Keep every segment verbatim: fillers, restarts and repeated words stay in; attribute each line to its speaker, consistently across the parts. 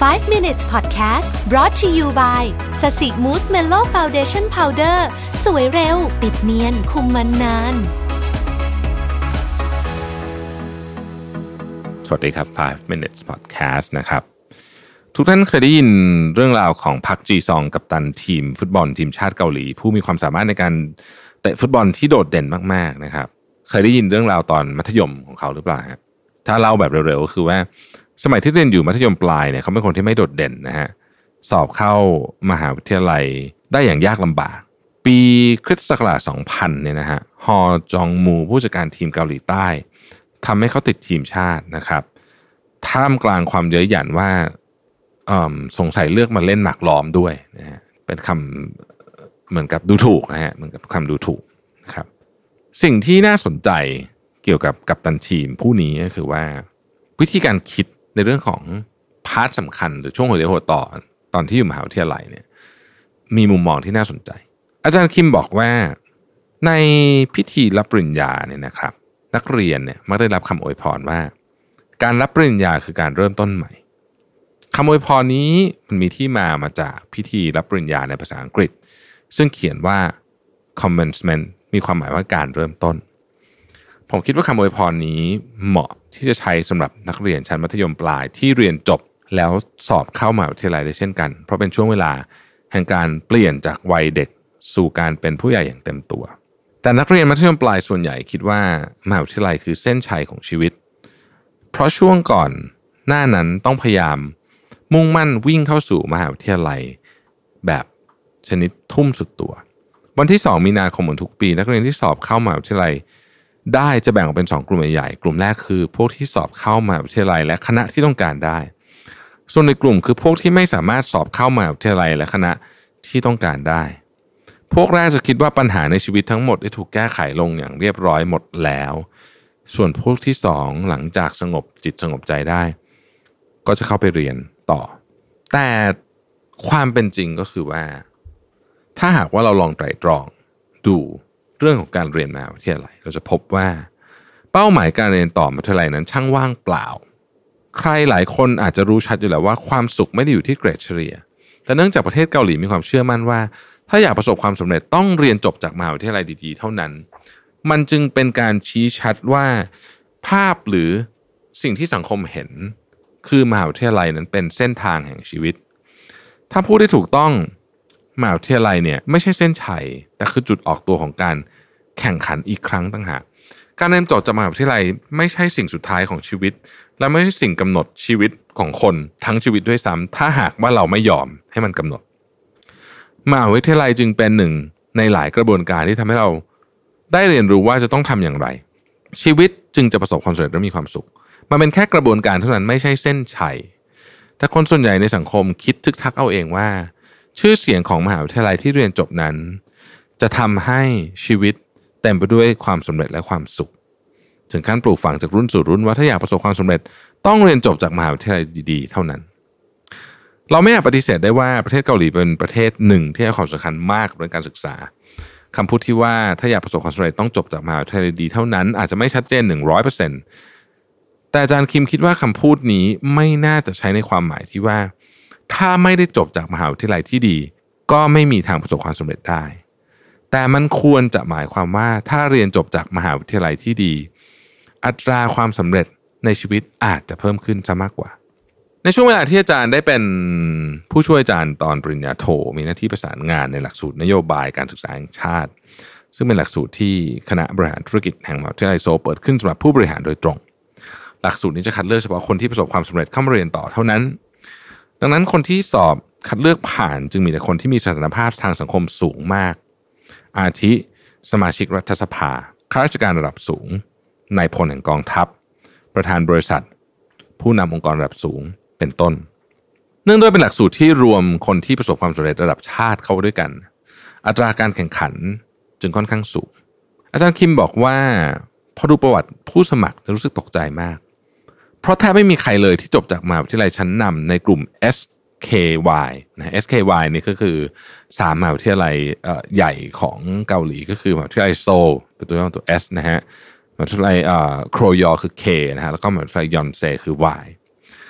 Speaker 1: five minutes podcast brought to you by สสิมูสเมโล่ฟาวเดชั่นพาวเดอร์สวยเร็วปิดเนียนคุมมันนาน
Speaker 2: สวัสดีครับfive minutes podcast นะครับทุกท่านเคยได้ยินเรื่องราวของพักจีซองกัปตันทีมฟุตบอลทีมชาติเกาหลีผู้มีความสามารถในการเตะฟุตบอลที่โดดเด่นมากๆนะครับเคยได้ยินเรื่องราวตอนมัธยมของเขาหรือเปล่าฮะถ้าเล่าแบบเร็วๆก็คือว่าสมัยที่เรียนอยู่มัธยมปลายเนี่ยเขาเป็นคนที่ไม่โดดเด่นนะฮะสอบเข้ามหาวิทยาลัยได้อย่างยากลำบากปีคริสต์ศักราชสองพันเนี่ยนะฮะฮอจองมูผู้จัดการทีมเกาหลีใต้ทำให้เขาติดทีมชาตินะครับท่ามกลางความเย้ยหยันว่าสงสัยเลือกมาเล่นหมากล้อมด้วยนะฮะเป็นคำเหมือนกับดูถูกนะฮะเหมือนกับคำดูถูกนะครับสิ่งที่น่าสนใจเกี่ยวกับกัปตันทีมผู้นี้ก็คือว่าวิธีการคิดในเรื่องของพาร์ทสำคัญหรือช่วงหัวเรี่ยวหัวต่อตอนที่อยู่มหาวิทยาลัยเนี่ยมีมุมมองที่น่าสนใจอาจารย์คิมบอกว่าในพิธีรับปริญญาเนี่ยนะครับนักเรียนเนี่ยมักได้รับคำอวยพรว่าการรับปริญญาคือการเริ่มต้นใหม่คำอวยพรนี้มันมีที่มามาจากพิธีรับปริญญาในภาษาอังกฤษซึ่งเขียนว่า commencement มีความหมายว่าการเริ่มต้นผมคิดว่าคำอวยพรนี้เหมาะที่จะใช้สำหรับนักเรียนชั้นมัธยมปลายที่เรียนจบแล้วสอบเข้ามหาวิทยาลัยได้เช่นกันเพราะเป็นช่วงเวลาแห่งการเปลี่ยนจากวัยเด็กสู่การเป็นผู้ใหญ่อย่างเต็มตัวแต่นักเรียนมัธยมปลายส่วนใหญ่คิดว่ามหาวิทยาลัยคือเส้นชัยของชีวิตเพราะช่วงก่อนหน้านั้นต้องพยายามมุ่งมั่นวิ่งเข้าสู่มหาวิทยาลัยแบบชนิดทุ่มสุดตัววันที่สองมีนาคมของทุกปีนักเรียนที่สอบเข้ามหาวิทยาลัยได้จะแบ่งออกเป็นสองกลุ่มใหญ่ๆกลุ่มแรกคือพวกที่สอบเข้ามหาวิทยาลัยและคณะที่ต้องการได้ส่วนในกลุ่มคือพวกที่ไม่สามารถสอบเข้ามหาวิทยาลัยและคณะที่ต้องการได้พวกแรกจะคิดว่าปัญหาในชีวิตทั้งหมดได้ถูกแก้ไขลงอย่างเรียบร้อยหมดแล้วส่วนพวกที่สองหลังจากสงบจิตสงบใจได้ก็จะเข้าไปเรียนต่อแต่ความเป็นจริงก็คือว่าถ้าหากว่าเราลองไตร่ตรองดูเรื่องของการเรียนมหาวิทยาลัยเราจะพบว่าเป้าหมายการเรียนต่อมหาวิทยาลัยนั้นช่างว่างเปล่าใครหลายคนอาจจะรู้ชัดอยู่แล้วว่าความสุขไม่ได้อยู่ที่เกรดเฉลี่ยแต่เนื่องจากประเทศเกาหลีมีความเชื่อมั่นว่าถ้าอยากประสบความสำเร็จต้องเรียนจบจากมหาวิทยาลัยดีๆเท่านั้นมันจึงเป็นการชี้ชัดว่าภาพหรือสิ่งที่สังคมเห็นคือมหาวิทยาลัยนั้นเป็นเส้นทางแห่งชีวิตถ้าพูดได้ถูกต้องมหาวิทยาลัยเนี่ยไม่ใช่เส้นชัยแต่คือจุดออกตัวของการแข่งขันอีกครั้งต่างหากการเรียนจบจากมหาวิทยาลัยไม่ใช่สิ่งสุดท้ายของชีวิตและไม่ใช่สิ่งกำหนดชีวิตของคนทั้งชีวิตด้วยซ้ำถ้าหากว่าเราไม่ยอมให้มันกำหนดมหาวิทยาลัยจึงเป็นหนึ่งในหลายกระบวนการที่ทำให้เราได้เรียนรู้ว่าจะต้องทำอย่างไรชีวิตจึงจะประสบความสำเร็จและมีความสุขมันเป็นแค่กระบวนการเท่านั้นไม่ใช่เส้นชัยแต่คนส่วนใหญ่ในสังคมคิดทึกทักเอาเองว่าชื่อเสียงของมหาวิทยาลัยที่เรียนจบนั้นจะทำให้ชีวิตเต็มไปด้วยความสำเร็จและความสุขถึงขั้นปลูกฝังจากรุ่นสู่รุ่นว่าถ้าอยากประสบความสำเร็จต้องเรียนจบจากมหาวิทยาลัยดีๆเท่านั้นเราไม่อาจปฏิเสธได้ว่าประเทศเกาหลีเป็นประเทศหนึ่งที่ให้ความสำคัญมากกับเรื่องการศึกษาคำพูดที่ว่าถ้าอยากประสบความสำเร็จต้องจบจากมหาวิทยาลัยดีเท่านั้นอาจจะไม่ชัดเจน หนึ่งร้อยเปอร์เซ็นต์ แต่อาจารย์คิมคิดว่าคำพูดนี้ไม่น่าจะใช้ในความหมายที่ว่าถ้าไม่ได้จบจากมหาวิทยาลัยที่ดีก็ไม่มีทางประสบความสำเร็จได้แต่มันควรจะหมายความว่าถ้าเรียนจบจากมหาวิทยาลัยที่ดีอัตราความสำเร็จในชีวิตอาจจะเพิ่มขึ้นซะมากกว่าในช่วงเวลาที่อาจารย์ได้เป็นผู้ช่วยอาจารย์ตอนปริญญาโทมีหน้าที่ประสานงานในหลักสูตรนโยบายการศึกษาแห่งชาติซึ่งเป็นหลักสูตรที่คณะบริหารธุรกิจแห่งมหาวิทยาลัยโซลเปิดขึ้นสำหรับผู้บริหารโดยตรงหลักสูตรนี้จะคัดเลือกเฉพาะคนที่ประสบความสำเร็จเข้ามาเรียนต่อเท่านั้นดังนั้นคนที่สอบคัดเลือกผ่านจึงมีแต่คนที่มีสถานภาพทางสังคมสูงมากอาทิสมาชิกรัฐสภาข้าราชการระดับสูงนายพลแห่งกองทัพประธานบริษัทผู้นำองค์กรระดับสูงเป็นต้นเนื่องด้วยเป็นหลักสูตรที่รวมคนที่ประสบความสำเร็จระดับชาติเข้าด้วยกันอัตราการแข่งขันจึงค่อนข้างสูงอาจารย์คิมบอกว่าพอดูประวัติผู้สมัครจะรู้สึกตกใจมากเพราะแทบไม่มีใครเลยที่จบจากมหาวิทยาลัยชั้นนำในกลุ่ม เอส เค วาย นะ เอส เค วาย นี่ก็คือสามมหาวิทยาลัยใหญ่ของเกาหลีก็คือมหาวิทยาลัยโซลเป็นตัวย่อตัว S นะฮะมหาวิทยาลัยโครยอคือ K นะฮะแล้วก็มหาวิทยาลัยยอนเซคือ Y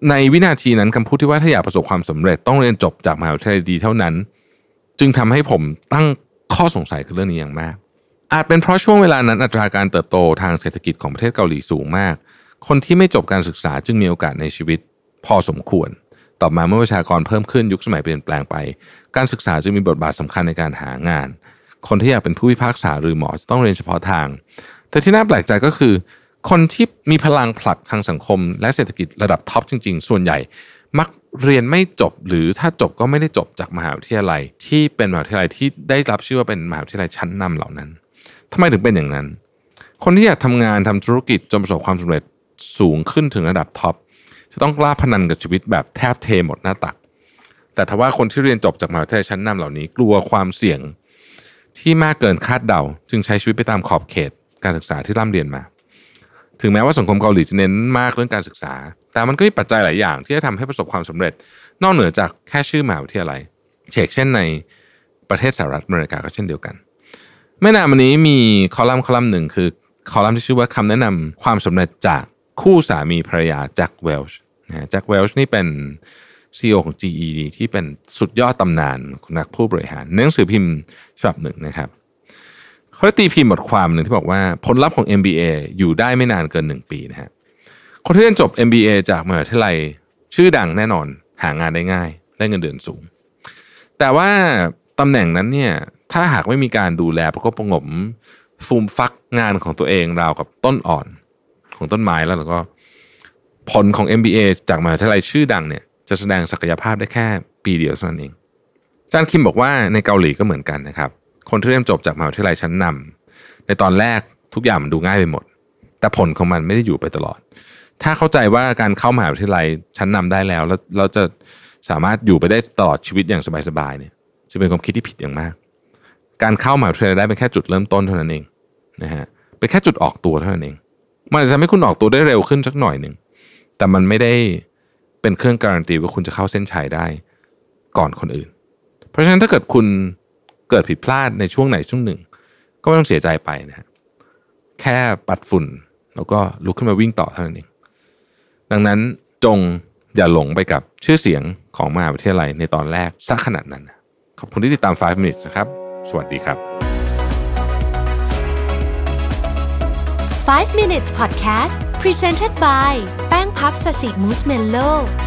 Speaker 2: ในวินาทีนั้นคำพูดที่ว่าถ้าอยากประสบความสำเร็จต้องเรียนจบจากมหาวิทยาลัยดีเท่านั้นจึงทำให้ผมตั้งข้อสงสัยกับเรื่องนี้อย่างมากอาจเป็นเพราะช่วงเวลานั้นอัตราการเติบโตทางเศรษฐกิจของประเทศเกาหลีสูงมากคนที่ไม่จบการศึกษาจึงมีโอกาสในชีวิตพอสมควรต่อมาเมื่อประชากรเพิ่มขึ้นยุคสมัยเปลี่ยนแปลงไปการศึกษาจึงมีบทบาทสำคัญในการหางานคนที่อยากเป็นผู้พิพากษาหรือหมอจะต้องเรียนเฉพาะทางแต่ที่น่าแปลกใจก็คือคนที่มีพลังผลักทางสังคมและเศรษฐกิจระดับท็อปจริงๆส่วนใหญ่มักเรียนไม่จบหรือถ้าจบก็ไม่ได้จบจากมหาวิทยาลัยที่เป็นมหาวิทยาลัยที่ได้รับชื่อว่าเป็นมหาวิทยาลัยชั้นนำเหล่านั้นทำไมถึงเป็นอย่างนั้นคนที่อยากทำงานทำธุรกิจจนประสบความสำเร็จสูงขึ้นถึงระดับท็อปจะต้องกล้าพนันกับชีวิตแบบแทบเทหมดหน้าตักแต่ถ้าว่าคนที่เรียนจบจากมหาวิทยาลัยชั้นนำเหล่านี้กลัวความเสี่ยงที่มากเกินคาดเดาจึงใช้ชีวิตไปตามขอบเขตการศึกษาที่ร่ำเรียนมาถึงแม้ว่าสังคมเกาหลีจะเน้นมากเรื่องการศึกษาแต่มันก็มีปัจจัยหลายอย่างที่จะทำให้ประสบความสำเร็จนอกเหนือจากแค่ชื่อมหาวิทยาลัยเช่นในประเทศสหรัฐอเมริกาก็เช่นเดียวกันไม่นานมานี้มีคอลัมน์คอลัมน์หนึ่งคือคอลัมน์ที่ชื่อว่าคำแนะนำความสำเร็จจากคู่สามีภรรยาแจ็คเวลช์นะแจ็คเวลช์นี่เป็น ซี อี โอ ของ จี อี ที่เป็นสุดยอดตำนานของนักผู้บริหารหนังสือพิมพ์ฉบับหนึ่งนะครับเขาได้ตีพิมพ์บทความหนึ่งที่บอกว่าผลลัพธ์ของ เอ็ม บี เอ อยู่ได้ไม่นานเกินหนึ่งปีนะฮะคนที่เรียนจบ เอ็ม บี เอ จากมหาวิทยาลัยชื่อดังแน่นอนหางานได้ง่ายได้เงินเดือนสูงแต่ว่าตำแหน่งนั้นเนี่ยถ้าหากไม่มีการดูแลประกบประงมฟูมฟักงานของตัวเองราวกับต้นอ่อนของต้นไม้แล้วแล้วก็ผลของ เอ็ม บี เอ จากมหาวิทยาลัยชื่อดังเนี่ยจะแสดงศักยภาพได้แค่ปีเดียวเท่านั้นเองอาจารย์คิมบอกว่าในเกาหลีก็เหมือนกันนะครับคนที่เรียนจบจากมหาวิทยาลัยชั้นนำในตอนแรกทุกอย่างมันดูง่ายไปหมดแต่ผลของมันไม่ได้อยู่ไปตลอดถ้าเข้าใจว่าการเข้ามหาวิทยาลัยชั้นนำได้แล้วแล้วเราจะสามารถอยู่ไปได้ตลอดชีวิตอย่างสบายๆเนี่ยจะเป็นความคิดที่ผิดอย่างมากการเข้ามหาวิทยาลัยได้เป็นแค่จุดเริ่มต้นเท่านั้นเองนะฮะเป็นแค่จุดออกตัวเท่านั้นเองมันจะทำให้คุณออกตัวได้เร็วขึ้นสักหน่อยนึงแต่มันไม่ได้เป็นเครื่องการันตีว่าคุณจะเข้าเส้นชัยได้ก่อนคนอื่นเพราะฉะนั้นถ้าเกิดคุณเกิดผิดพลาดในช่วงไหนช่วงหนึ่งก็ไม่ต้องเสียใจไปนะฮะแค่ปัดฝุ่นแล้วก็ลุกขึ้นมาวิ่งต่อเท่านั้นเองดังนั้นจงอย่าหลงไปกับชื่อเสียงของมหาวิทยาลัยในตอนแรกสักขนาดนั้นขอบคุณที่ติดตามไฟว์ minutes นะครับสวัสดีครับ
Speaker 1: ไฟว์ minutes podcast presented by แป้งพับสสิมูสเมลโล่